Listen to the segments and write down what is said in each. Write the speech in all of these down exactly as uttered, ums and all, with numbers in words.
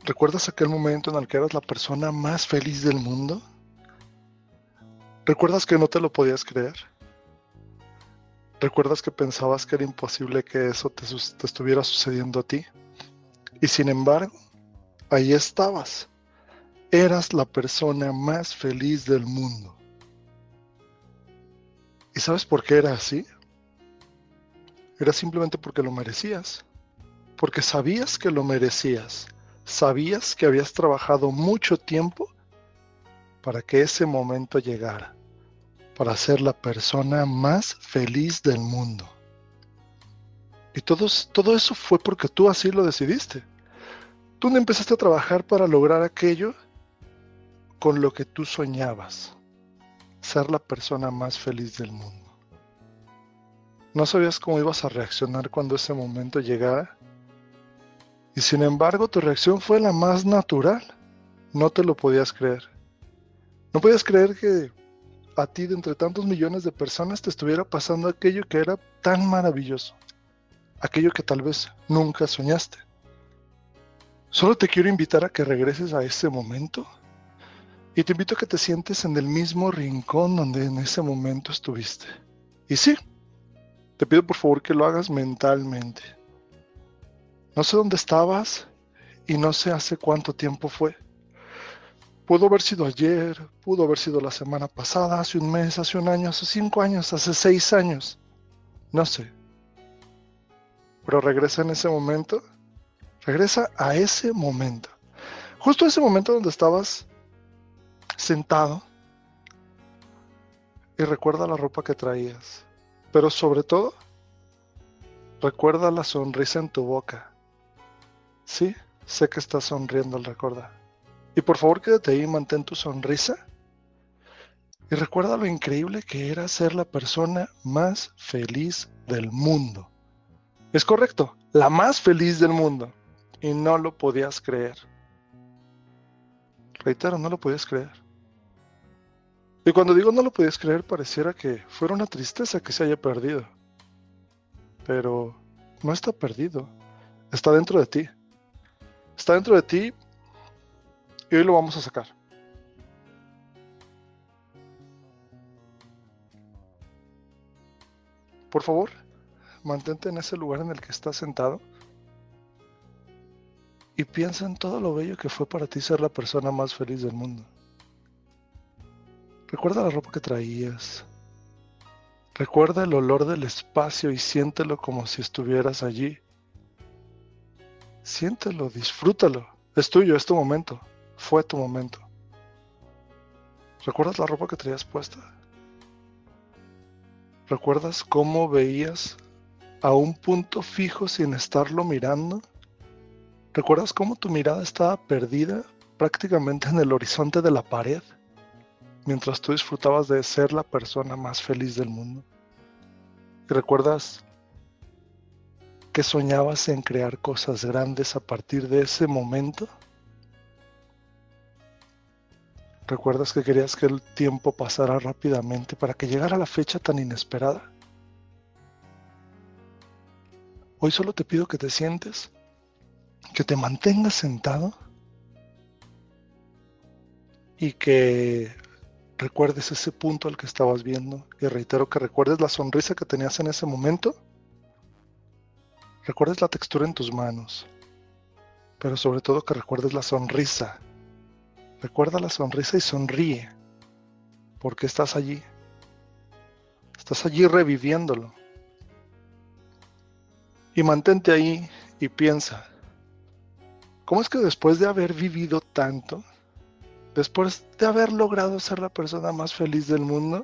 ¿Recuerdas aquel momento en el que eras la persona más feliz del mundo? ¿Recuerdas que no te lo podías creer? ¿Recuerdas que pensabas que era imposible que eso te, te estuviera sucediendo a ti? Y sin embargo, ahí estabas. Eras la persona más feliz del mundo. ¿Y sabes por qué era así? Era simplemente porque lo merecías. Porque sabías que lo merecías. Sabías que habías trabajado mucho tiempo para que ese momento llegara. Para ser la persona más feliz del mundo. Y todo, todo eso fue porque tú así lo decidiste. Tú no empezaste a trabajar para lograr aquello con lo que tú soñabas. Ser la persona más feliz del mundo. No sabías cómo ibas a reaccionar cuando ese momento llegara. Y sin embargo, tu reacción fue la más natural. No te lo podías creer. No podías creer que a ti, de entre tantos millones de personas, te estuviera pasando aquello que era tan maravilloso. Aquello que tal vez nunca soñaste. Solo te quiero invitar a que regreses a ese momento. Y te invito a que te sientes en el mismo rincón donde en ese momento estuviste. Y sí, te pido por favor que lo hagas mentalmente. No sé dónde estabas y no sé hace cuánto tiempo fue. Pudo haber sido ayer, pudo haber sido la semana pasada, hace un mes, hace un año, hace cinco años, hace seis años. No sé. Pero regresa en ese momento. Regresa a ese momento. Justo ese momento donde estabas sentado. Y recuerda la ropa que traías. Pero sobre todo, recuerda la sonrisa en tu boca. Sí, sé que estás sonriendo al recordar. Y por favor quédate ahí y mantén tu sonrisa. Y recuerda lo increíble que era ser la persona más feliz del mundo. Es correcto, la más feliz del mundo. Y no lo podías creer. Reitero, no lo podías creer. Y cuando digo no lo podías creer, pareciera que fuera una tristeza que se haya perdido. Pero no está perdido. Está dentro de ti. Está dentro de ti y hoy lo vamos a sacar. Por favor, mantente en ese lugar en el que estás sentado y piensa en todo lo bello que fue para ti ser la persona más feliz del mundo. Recuerda la ropa que traías. Recuerda el olor del espacio y siéntelo como si estuvieras allí. Siéntelo, disfrútalo. Es tuyo, es tu momento. Fue tu momento. ¿Recuerdas la ropa que traías puesta? ¿Recuerdas cómo veías a un punto fijo sin estarlo mirando? ¿Recuerdas cómo tu mirada estaba perdida prácticamente en el horizonte de la pared? Mientras tú disfrutabas de ser la persona más feliz del mundo. ¿Y recuerdas que soñabas en crear cosas grandes a partir de ese momento? ¿Recuerdas que querías que el tiempo pasara rápidamente para que llegara la fecha tan inesperada? Hoy solo te pido que te sientes, que te mantengas sentado y que recuerdes ese punto al que estabas viendo. Y reitero que recuerdes la sonrisa que tenías en ese momento. Recuerdes la textura en tus manos. Pero sobre todo que recuerdes la sonrisa. Recuerda la sonrisa y sonríe. Porque estás allí. Estás allí reviviéndolo. Y mantente ahí y piensa. ¿Cómo es que después de haber vivido tanto, después de haber logrado ser la persona más feliz del mundo,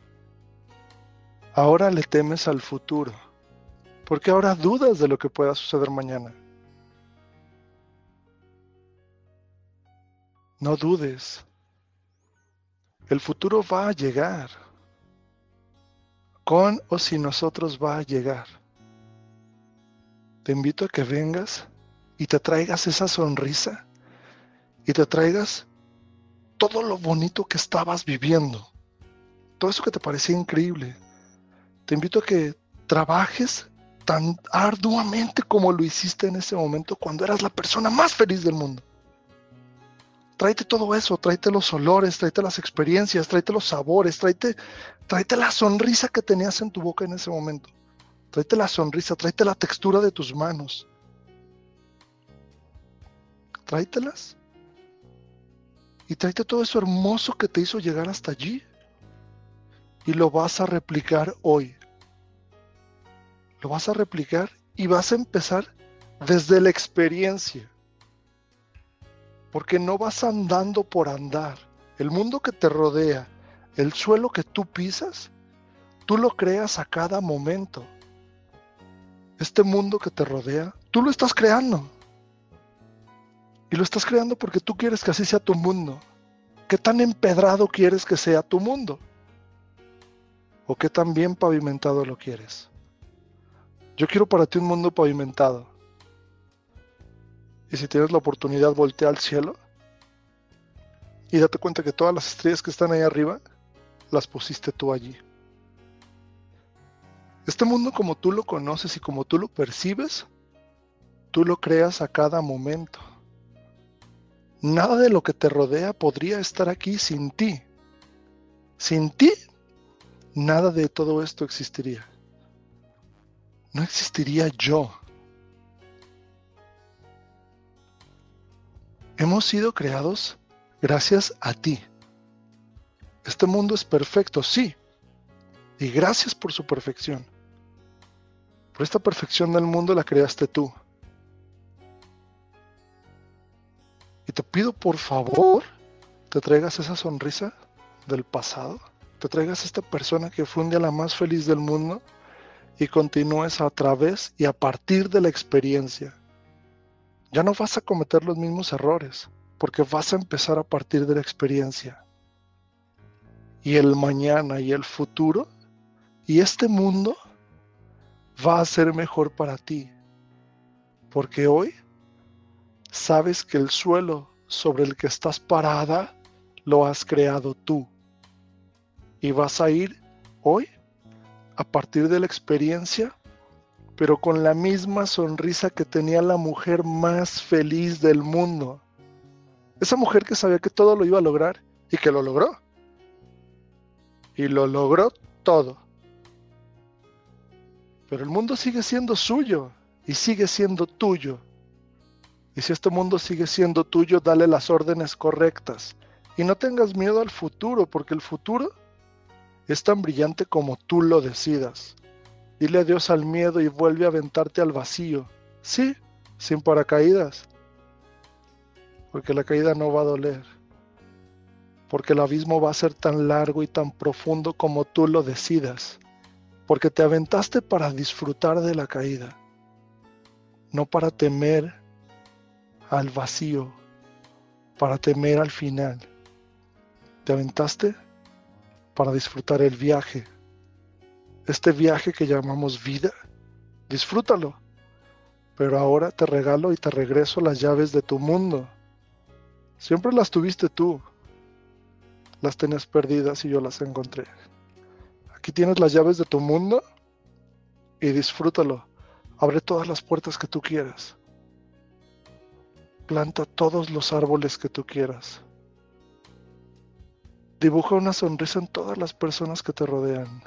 ahora le temes al futuro? Porque ahora dudas de lo que pueda suceder mañana. No dudes. El futuro va a llegar. Con o sin nosotros va a llegar. Te invito a que vengas y te traigas esa sonrisa y te traigas todo lo bonito que estabas viviendo. Todo eso que te parecía increíble. Te invito a que trabajes tan arduamente como lo hiciste en ese momento cuando eras la persona más feliz del mundo. Tráete todo eso, tráete los olores, tráete las experiencias, tráete los sabores, tráete, tráete la sonrisa que tenías en tu boca en ese momento. Tráete la sonrisa, tráete la textura de tus manos. Tráetelas. Y tráete todo eso hermoso que te hizo llegar hasta allí. Y lo vas a replicar hoy. Lo vas a replicar y vas a empezar desde la experiencia. Porque no vas andando por andar. El mundo que te rodea, el suelo que tú pisas, tú lo creas a cada momento. Este mundo que te rodea, tú lo estás creando. Y lo estás creando porque tú quieres que así sea tu mundo. ¿Qué tan empedrado quieres que sea tu mundo? ¿O qué tan bien pavimentado lo quieres? Yo quiero para ti un mundo pavimentado. Y si tienes la oportunidad, voltea al cielo y date cuenta que todas las estrellas que están ahí arriba, las pusiste tú allí. Este mundo como tú lo conoces y como tú lo percibes, tú lo creas a cada momento. Nada de lo que te rodea podría estar aquí sin ti. Sin ti, nada de todo esto existiría. No existiría yo. Hemos sido creados gracias a ti. Este mundo es perfecto, sí. Y gracias por su perfección. Pero esta perfección del mundo la creaste tú. Y te pido por favor, te traigas esa sonrisa del pasado. Te traigas a esta persona que fue un día la más feliz del mundo. Y continúes a través y a partir de la experiencia. Ya no vas a cometer los mismos errores, porque vas a empezar a partir de la experiencia. Y el mañana y el futuro, y este mundo, va a ser mejor para ti. Porque hoy, sabes que el suelo sobre el que estás parada, lo has creado tú. Y vas a ir hoy, a partir de la experiencia, pero con la misma sonrisa que tenía la mujer más feliz del mundo. Esa mujer que sabía que todo lo iba a lograr y que lo logró. Y lo logró todo. Pero el mundo sigue siendo suyo y sigue siendo tuyo. Y si este mundo sigue siendo tuyo, dale las órdenes correctas. Y no tengas miedo al futuro, porque el futuro es tan brillante como tú lo decidas. Dile adiós al miedo y vuelve a aventarte al vacío. Sí, sin paracaídas. Porque la caída no va a doler. Porque el abismo va a ser tan largo y tan profundo como tú lo decidas. Porque te aventaste para disfrutar de la caída. No para temer al vacío. Para temer al final. Te aventaste para disfrutar el viaje. Este viaje que llamamos vida, disfrútalo. Pero ahora te regalo y te regreso las llaves de tu mundo. Siempre las tuviste tú. Las tenías perdidas y yo las encontré. Aquí tienes las llaves de tu mundo y disfrútalo. Abre todas las puertas que tú quieras. Planta todos los árboles que tú quieras. Dibuja una sonrisa en todas las personas que te rodean.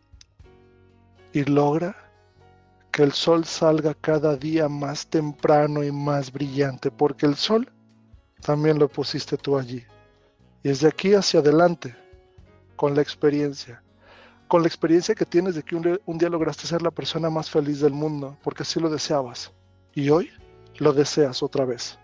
Y logra que el sol salga cada día más temprano y más brillante, porque el sol también lo pusiste tú allí. Y es de aquí hacia adelante, con la experiencia. Con la experiencia que tienes de que un, un día lograste ser la persona más feliz del mundo, porque así lo deseabas. Y hoy lo deseas otra vez.